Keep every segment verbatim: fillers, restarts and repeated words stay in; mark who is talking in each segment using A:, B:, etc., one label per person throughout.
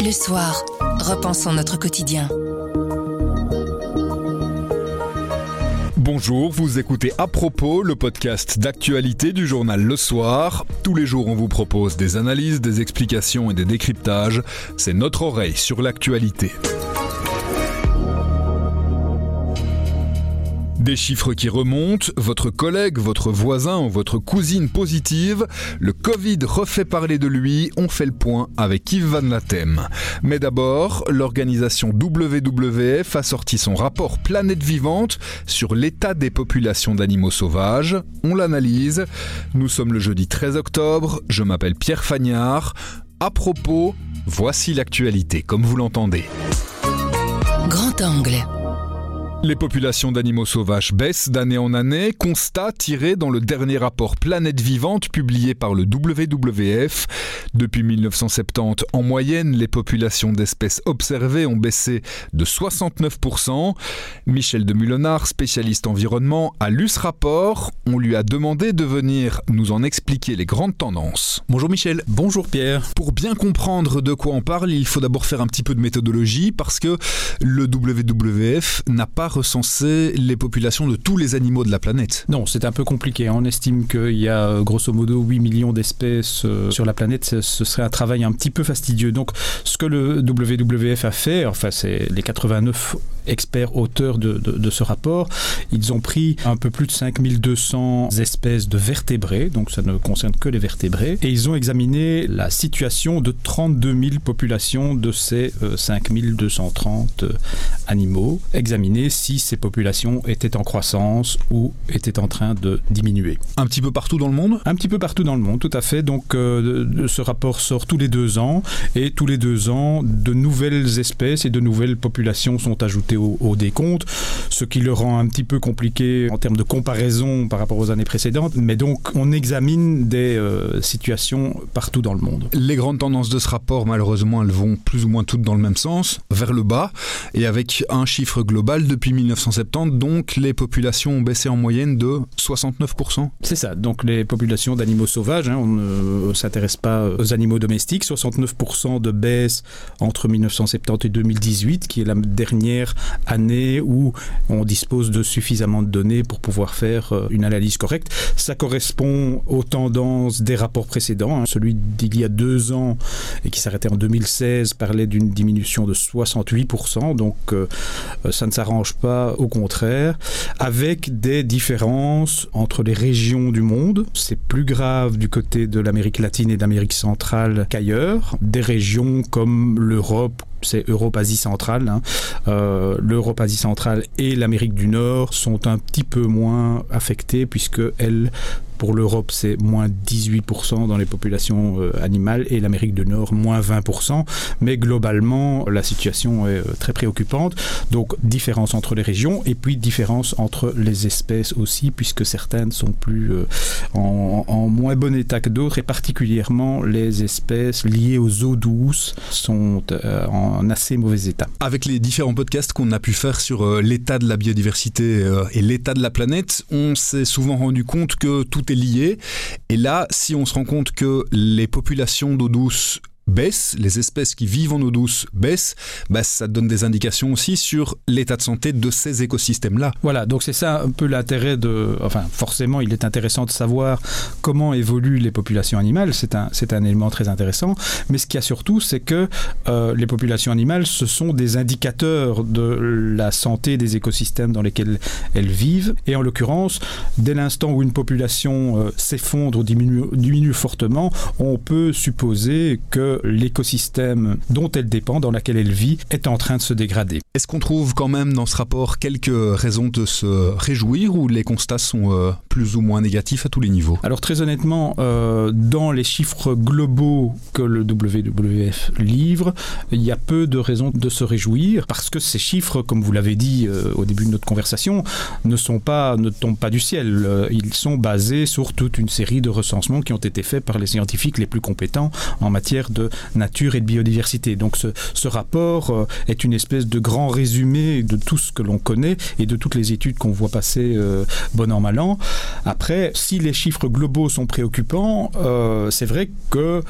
A: Le soir, repensons notre quotidien.
B: Bonjour, vous écoutez À propos, le podcast d'actualité du journal Le Soir. Tous les jours, on vous propose des analyses, des explications et des décryptages. C'est notre oreille sur l'actualité. Des chiffres qui remontent, votre collègue, votre voisin ou votre cousine positive, le Covid refait parler de lui, on fait le point avec Yves Van Latem. Mais d'abord, l'organisation W W F a sorti son rapport Planète Vivante sur l'état des populations d'animaux sauvages. On l'analyse. Nous sommes le jeudi treize octobre, je m'appelle Pierre Fagnard. À propos, voici l'actualité comme vous l'entendez.
A: Grand angle.
B: Les populations d'animaux sauvages baissent d'année en année, constat tiré dans le dernier rapport Planète Vivante publié par le W W F. Depuis dix-neuf cent soixante-dix, en moyenne, les populations d'espèces observées ont baissé de soixante-neuf pour cent. Michel de Mulenard, spécialiste environnement, a lu ce rapport. On lui a demandé de venir nous en expliquer les grandes tendances. Bonjour Michel.
C: Bonjour Pierre.
B: Pour bien comprendre de quoi on parle, il faut d'abord faire un petit peu de méthodologie parce que le W W F n'a pas recenser les populations de tous les animaux de la planète.
C: Non, c'est un peu compliqué. On estime qu'il y a grosso modo huit millions d'espèces sur la planète. Ce serait un travail un petit peu fastidieux. Donc, ce que le W W F a fait, enfin, c'est les quatre-vingt-neuf experts auteurs de, de, de ce rapport, ils ont pris un peu plus de cinq mille deux cents espèces de vertébrés, donc ça ne concerne que les vertébrés, et ils ont examiné la situation de trente-deux mille populations de ces euh, cinq mille deux cent trente euh, animaux, examiner si ces populations étaient en croissance ou étaient en train de diminuer.
B: Un petit peu partout dans le monde ?
C: Un petit peu partout dans le monde, tout à fait. Donc euh, de, de ce rapport sort tous les deux ans, et tous les deux ans, de nouvelles espèces et de nouvelles populations sont ajoutées au, au décompte, ce qui le rend un petit peu compliqué en termes de comparaison par rapport aux années précédentes, mais donc on examine des euh, situations partout dans le monde.
B: Les grandes tendances de ce rapport, malheureusement, elles vont plus ou moins toutes dans le même sens, vers le bas, et avec un chiffre global depuis dix-neuf cent soixante-dix, donc les populations ont baissé en moyenne de soixante-neuf pour cent.
C: C'est ça, donc les populations d'animaux sauvages, hein, on ne s'intéresse pas aux animaux domestiques, soixante-neuf pour cent de baisse entre dix-neuf cent soixante-dix et deux mille dix-huit, qui est la dernière année où on dispose de suffisamment de données pour pouvoir faire une analyse correcte. Ça correspond aux tendances des rapports précédents. Hein. Celui d'il y a deux ans et qui s'arrêtait en deux mille seize parlait d'une diminution de soixante-huit pour cent, donc euh, ça ne s'arrange pas, au contraire, avec des différences entre les régions du monde. C'est plus grave du côté de l'Amérique latine et de l'Amérique centrale qu'ailleurs. Des régions comme l'Europe, c'est Europe-Asie centrale. Hein. Euh, L'Europe-Asie centrale et l'Amérique du Nord sont un petit peu moins affectées puisque elles, pour l'Europe, c'est moins dix-huit pour cent dans les populations euh, animales et l'Amérique du Nord, moins vingt pour cent. Mais globalement, la situation est euh, très préoccupante. Donc, différence entre les régions et puis différence entre les espèces aussi, puisque certaines sont plus euh, en, en moins bon état que d'autres, et particulièrement les espèces liées aux eaux douces sont euh, en assez mauvais état.
B: Avec les différents podcasts qu'on a pu faire sur euh, l'état de la biodiversité euh, et l'état de la planète, on s'est souvent rendu compte que tout est lié. Et là, si on se rend compte que les populations d'eau douce baissent, les espèces qui vivent en eau douce baissent, bah ça donne des indications aussi sur l'état de santé de ces écosystèmes-là.
C: Voilà, donc c'est ça un peu l'intérêt de... Enfin, forcément, il est intéressant de savoir comment évoluent les populations animales, c'est un, c'est un élément très intéressant, mais ce qu'il y a surtout, c'est que euh, les populations animales, ce sont des indicateurs de la santé des écosystèmes dans lesquels elles vivent, et en l'occurrence, dès l'instant où une population euh, s'effondre ou diminue, diminue fortement, on peut supposer que l'écosystème dont elle dépend, dans lequel elle vit, est en train de se dégrader.
B: Est-ce qu'on trouve quand même dans ce rapport quelques raisons de se réjouir ou les constats sont euh, plus ou moins négatifs à tous les niveaux ?
C: Alors très honnêtement, euh, dans les chiffres globaux que le W W F livre, il y a peu de raisons de se réjouir parce que ces chiffres, comme vous l'avez dit euh, au début de notre conversation, ne sont pas, ne tombent pas du ciel. Euh, ils sont basés sur toute une série de recensements qui ont été faits par les scientifiques les plus compétents en matière de nature et de biodiversité. Donc ce, ce rapport euh, est une espèce de grand résumé de tout ce que l'on connaît et de toutes les études qu'on voit passer euh, bon an mal an. Après, si les chiffres globaux sont préoccupants, euh, c'est vrai que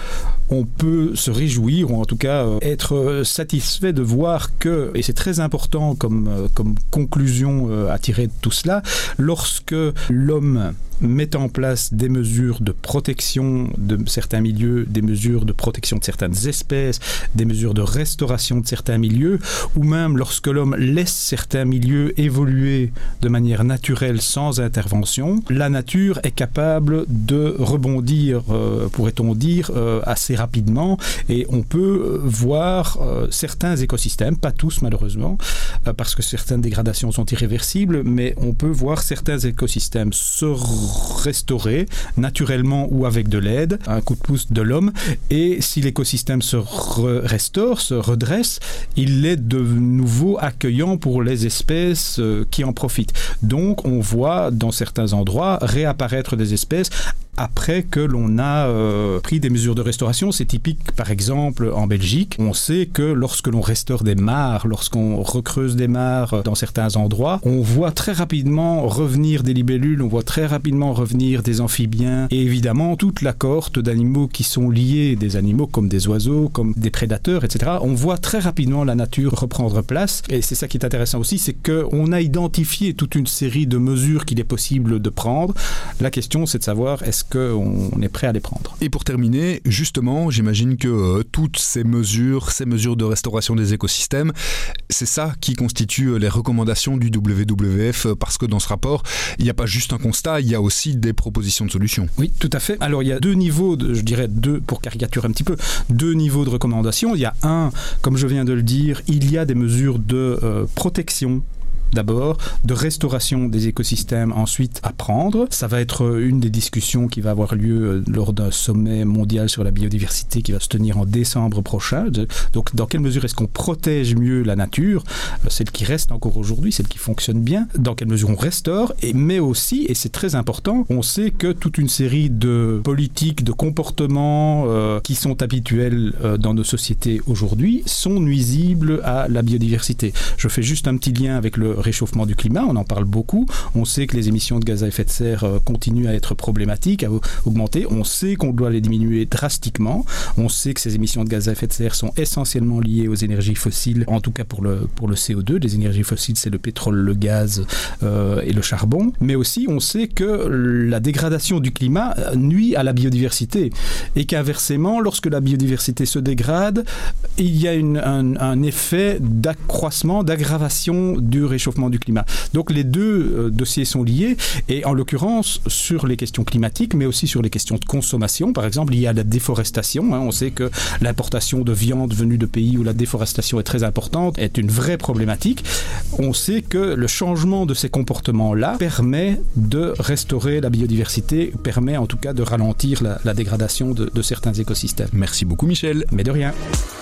C: on peut se réjouir, ou en tout cas euh, être satisfait de voir que, et c'est très important comme, euh, comme conclusion euh, à tirer de tout cela, lorsque l'homme met en place des mesures de protection de certains milieux, des mesures de protection de certaines espèces, des mesures de restauration de certains milieux, ou même lorsque l'homme laisse certains milieux évoluer de manière naturelle sans intervention, la nature est capable de rebondir, euh, pourrait-on dire, euh, assez rapidement, et on peut voir euh, certains écosystèmes, pas tous malheureusement, euh, parce que certaines dégradations sont irréversibles, mais on peut voir certains écosystèmes se restaurer naturellement ou avec de l'aide, un coup de pouce de l'homme, et si l'écosystème se re- restaure, se redresse, il est de nouveau accueillant pour les espèces euh, qui en profitent. Donc on voit dans certains endroits réapparaître des espèces après que l'on a euh, pris des mesures de restauration. C'est typique, par exemple, en Belgique. On sait que lorsque l'on restaure des mares, lorsqu'on recreuse des mares dans certains endroits, on voit très rapidement revenir des libellules, on voit très rapidement revenir des amphibiens, et évidemment toute la cohorte d'animaux qui sont liés, des animaux comme des oiseaux, comme des prédateurs, et cetera. On voit très rapidement la nature reprendre place, et c'est ça qui est intéressant aussi, c'est qu'on a identifié toute une série de mesures qu'il est possible de prendre. La question, c'est de savoir, est-ce qu'on est prêt à les prendre.
B: Et pour terminer, justement, j'imagine que euh, toutes ces mesures, ces mesures de restauration des écosystèmes, c'est ça qui constitue les recommandations du W W F, parce que dans ce rapport, il n'y a pas juste un constat, il y a aussi des propositions de solutions.
C: Oui, tout à fait. Alors, il y a deux niveaux, de, je dirais deux, pour caricaturer un petit peu, deux niveaux de recommandations. Il y a un, comme je viens de le dire, il y a des mesures de euh, protection d'abord, de restauration des écosystèmes ensuite à prendre. Ça va être une des discussions qui va avoir lieu lors d'un sommet mondial sur la biodiversité qui va se tenir en décembre prochain. Donc, dans quelle mesure est-ce qu'on protège mieux la nature, celle qui reste encore aujourd'hui, celle qui fonctionne bien, dans quelle mesure on restaure, et, mais aussi, et c'est très important, on sait que toute une série de politiques, de comportements euh, qui sont habituels euh, dans nos sociétés aujourd'hui sont nuisibles à la biodiversité. Je fais juste un petit lien avec le réchauffement du climat, on en parle beaucoup. On sait que les émissions de gaz à effet de serre euh, continuent à être problématiques, à augmenter. On sait qu'on doit les diminuer drastiquement. On sait que ces émissions de gaz à effet de serre sont essentiellement liées aux énergies fossiles, en tout cas pour le, pour le C O deux. Les énergies fossiles, c'est le pétrole, le gaz euh, et le charbon. Mais aussi, on sait que la dégradation du climat nuit à la biodiversité et qu'inversement, lorsque la biodiversité se dégrade, il y a une, un, un effet d'accroissement, d'aggravation du réchauffement du climat. Donc les deux euh, dossiers sont liés, et en l'occurrence sur les questions climatiques, mais aussi sur les questions de consommation. Par exemple, il y a la déforestation. Hein. On sait que l'importation de viande venue de pays où la déforestation est très importante est une vraie problématique. On sait que le changement de ces comportements-là permet de restaurer la biodiversité, permet en tout cas de ralentir la, la dégradation de, de certains écosystèmes.
B: Merci beaucoup Michel.
C: Mais de rien.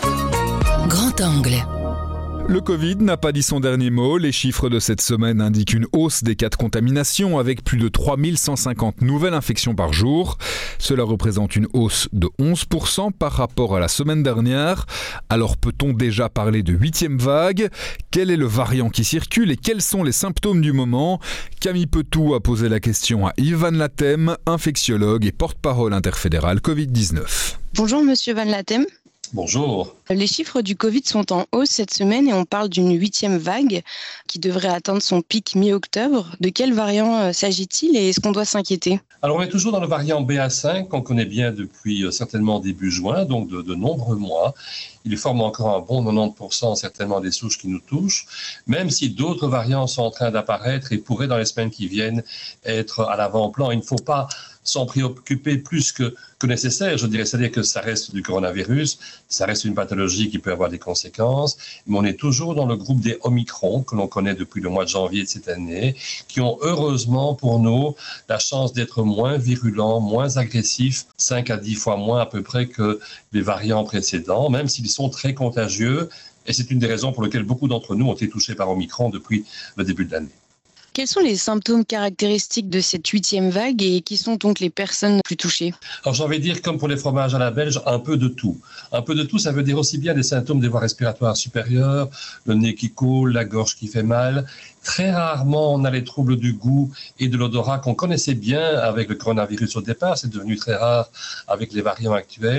A: Grand angle.
B: Le Covid n'a pas dit son dernier mot. Les chiffres de cette semaine indiquent une hausse des cas de contamination avec plus de trois mille cent cinquante nouvelles infections par jour. Cela représente une hausse de onze pour cent par rapport à la semaine dernière. Alors peut-on déjà parler de huitième vague ? Quel est le variant qui circule et quels sont les symptômes du moment ? Camille Petou a posé la question à Yves Van Latem, infectiologue et porte-parole interfédéral covid dix-neuf.
D: Bonjour Monsieur Van Latem.
E: Bonjour.
D: Les chiffres du Covid sont en hausse cette semaine et on parle d'une huitième vague qui devrait atteindre son pic mi-octobre. De quel variant euh, s'agit-il et est-ce qu'on doit s'inquiéter ?
E: Alors on est toujours dans le variant B A cinq qu'on connaît bien depuis euh, certainement début juin, donc de, de nombreux mois. Il forme encore un bon quatre-vingt-dix pour cent certainement des souches qui nous touchent, même si d'autres variants sont en train d'apparaître et pourraient dans les semaines qui viennent être à l'avant-plan. Il ne faut pas s'en préoccuper plus que, que nécessaire, je dirais, c'est-à-dire que ça reste du coronavirus, ça reste une pathologie qui peut avoir des conséquences, mais on est toujours dans le groupe des Omicron que l'on connaît depuis le mois de janvier de cette année, qui ont heureusement pour nous la chance d'être moins virulents, moins agressifs, cinq à dix fois moins à peu près que les variants précédents, même s'ils sont très contagieux, et c'est une des raisons pour lesquelles beaucoup d'entre nous ont été touchés par Omicron depuis le début de l'année.
D: Quels sont les symptômes caractéristiques de cette huitième vague et qui sont donc les personnes plus touchées ?
E: Alors j'ai envie de dire, comme pour les fromages à la belge, un peu de tout. Un peu de tout, ça veut dire aussi bien des symptômes des voies respiratoires supérieures, le nez qui coule, la gorge qui fait mal. Très rarement, on a les troubles du goût et de l'odorat qu'on connaissait bien avec le coronavirus au départ. C'est devenu très rare avec les variants actuels.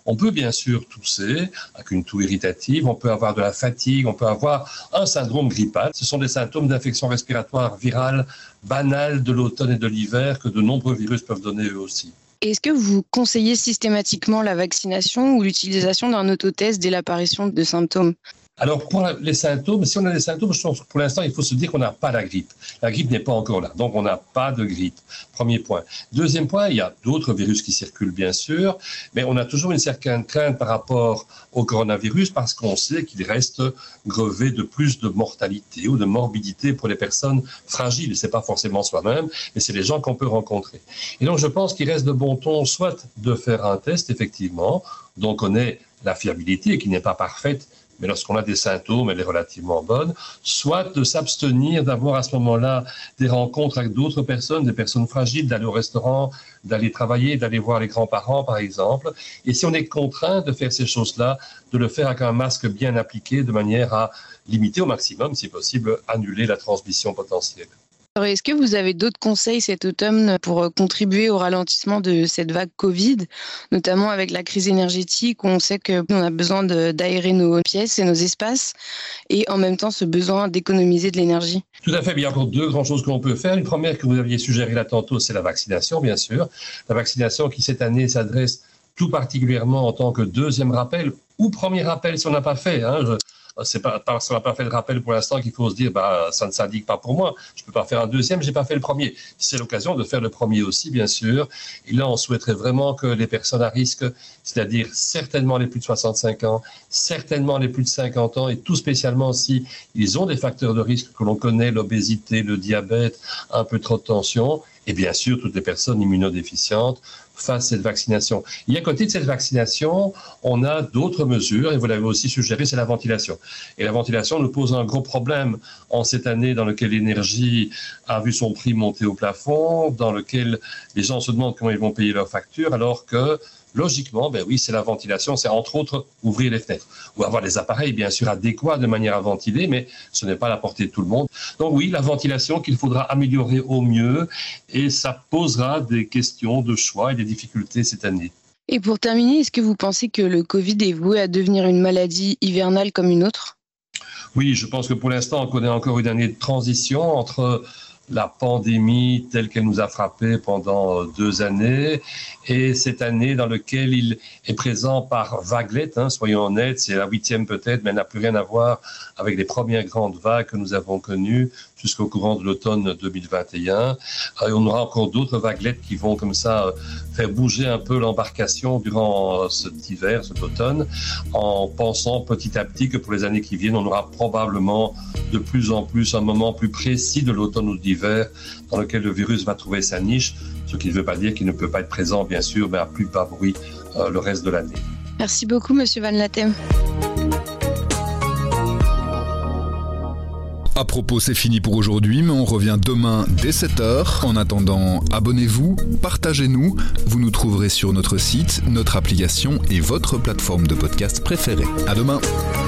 E: On peut bien sûr tousser avec une toux irritative, on peut avoir de la fatigue, on peut avoir un syndrome grippal. Ce sont des symptômes d'infection respiratoire virale banale de l'automne et de l'hiver que de nombreux virus peuvent donner eux aussi.
D: Est-ce que vous conseillez systématiquement la vaccination ou l'utilisation d'un autotest dès l'apparition de symptômes ?
E: Alors, pour les symptômes, si on a des symptômes, je pense que pour l'instant, il faut se dire qu'on n'a pas la grippe. La grippe n'est pas encore là, donc on n'a pas de grippe. Premier point. Deuxième point, il y a d'autres virus qui circulent, bien sûr, mais on a toujours une certaine crainte par rapport au coronavirus parce qu'on sait qu'il reste grevé de plus de mortalité ou de morbidité pour les personnes fragiles. Ce n'est pas forcément soi-même, mais c'est les gens qu'on peut rencontrer. Et donc, je pense qu'il reste de bon ton soit de faire un test, effectivement, dont on ait la fiabilité, qui n'est pas parfaite, mais lorsqu'on a des symptômes, elle est relativement bonne, soit de s'abstenir d'avoir à ce moment-là des rencontres avec d'autres personnes, des personnes fragiles, d'aller au restaurant, d'aller travailler, d'aller voir les grands-parents, par exemple. Et si on est contraint de faire ces choses-là, de le faire avec un masque bien appliqué, de manière à limiter au maximum, si possible, annuler la transmission potentielle.
D: Alors, est-ce que vous avez d'autres conseils cet automne pour contribuer au ralentissement de cette vague Covid, notamment avec la crise énergétique où on sait qu'on a besoin de, d'aérer nos pièces et nos espaces et en même temps ce besoin d'économiser de l'énergie ?
E: Tout à fait, il y a encore deux grandes choses que l'on peut faire. Une première que vous aviez suggérée là tantôt, c'est la vaccination, bien sûr. La vaccination qui cette année s'adresse tout particulièrement en tant que deuxième rappel ou premier rappel si on n'a pas fait. Hein, je... C'est pas parce qu'on n'a pas fait le rappel pour l'instant qu'il faut se dire bah ça ne s'indique pas pour moi. Je peux pas faire un deuxième, j'ai pas fait le premier. C'est l'occasion de faire le premier aussi, bien sûr. Et là, on souhaiterait vraiment que les personnes à risque, c'est-à-dire certainement les plus de soixante-cinq ans, certainement les plus de cinquante ans, et tout spécialement si ils ont des facteurs de risque que l'on connaît, l'obésité, le diabète, un peu trop de tension, et bien sûr toutes les personnes immunodéficientes, fassent cette vaccination. Et à côté de cette vaccination, on a d'autres mesures, et vous l'avez aussi suggéré, c'est la ventilation. Et la ventilation nous pose un gros problème en cette année dans laquelle l'énergie a vu son prix monter au plafond, dans lequel les gens se demandent comment ils vont payer leurs factures, alors que logiquement, ben oui, c'est la ventilation, c'est entre autres ouvrir les fenêtres ou avoir des appareils bien sûr adéquats de manière à ventiler, mais ce n'est pas à la portée de tout le monde. Donc oui, la ventilation qu'il faudra améliorer au mieux et ça posera des questions de choix et des difficultés cette année.
D: Et pour terminer, est-ce que vous pensez que le Covid est voué à devenir une maladie hivernale comme une autre ?
E: Oui, je pense que pour l'instant, on connaît encore une année de transition entre la pandémie telle qu'elle nous a frappés pendant deux années et cette année dans laquelle il est présent par vaguelettes, hein, soyons honnêtes, c'est la huitième peut-être, mais elle n'a plus rien à voir avec les premières grandes vagues que nous avons connues jusqu'au courant de l'automne deux mille vingt et un. Et on aura encore d'autres vaguelettes qui vont comme ça faire bouger un peu l'embarcation durant cet hiver, cet automne, en pensant petit à petit que pour les années qui viennent, on aura probablement de plus en plus un moment plus précis de l'automne ou de l'hiver dans lequel le virus va trouver sa niche, ce qui ne veut pas dire qu'il ne peut pas être présent, bien sûr, mais à plus bas bruit euh, le reste de l'année.
D: Merci beaucoup, Monsieur Van Lathem.
B: À propos, c'est fini pour aujourd'hui, mais on revient demain dès sept heures. En attendant, abonnez-vous, partagez-nous. Vous nous trouverez sur notre site, notre application et votre plateforme de podcast préférée. À demain.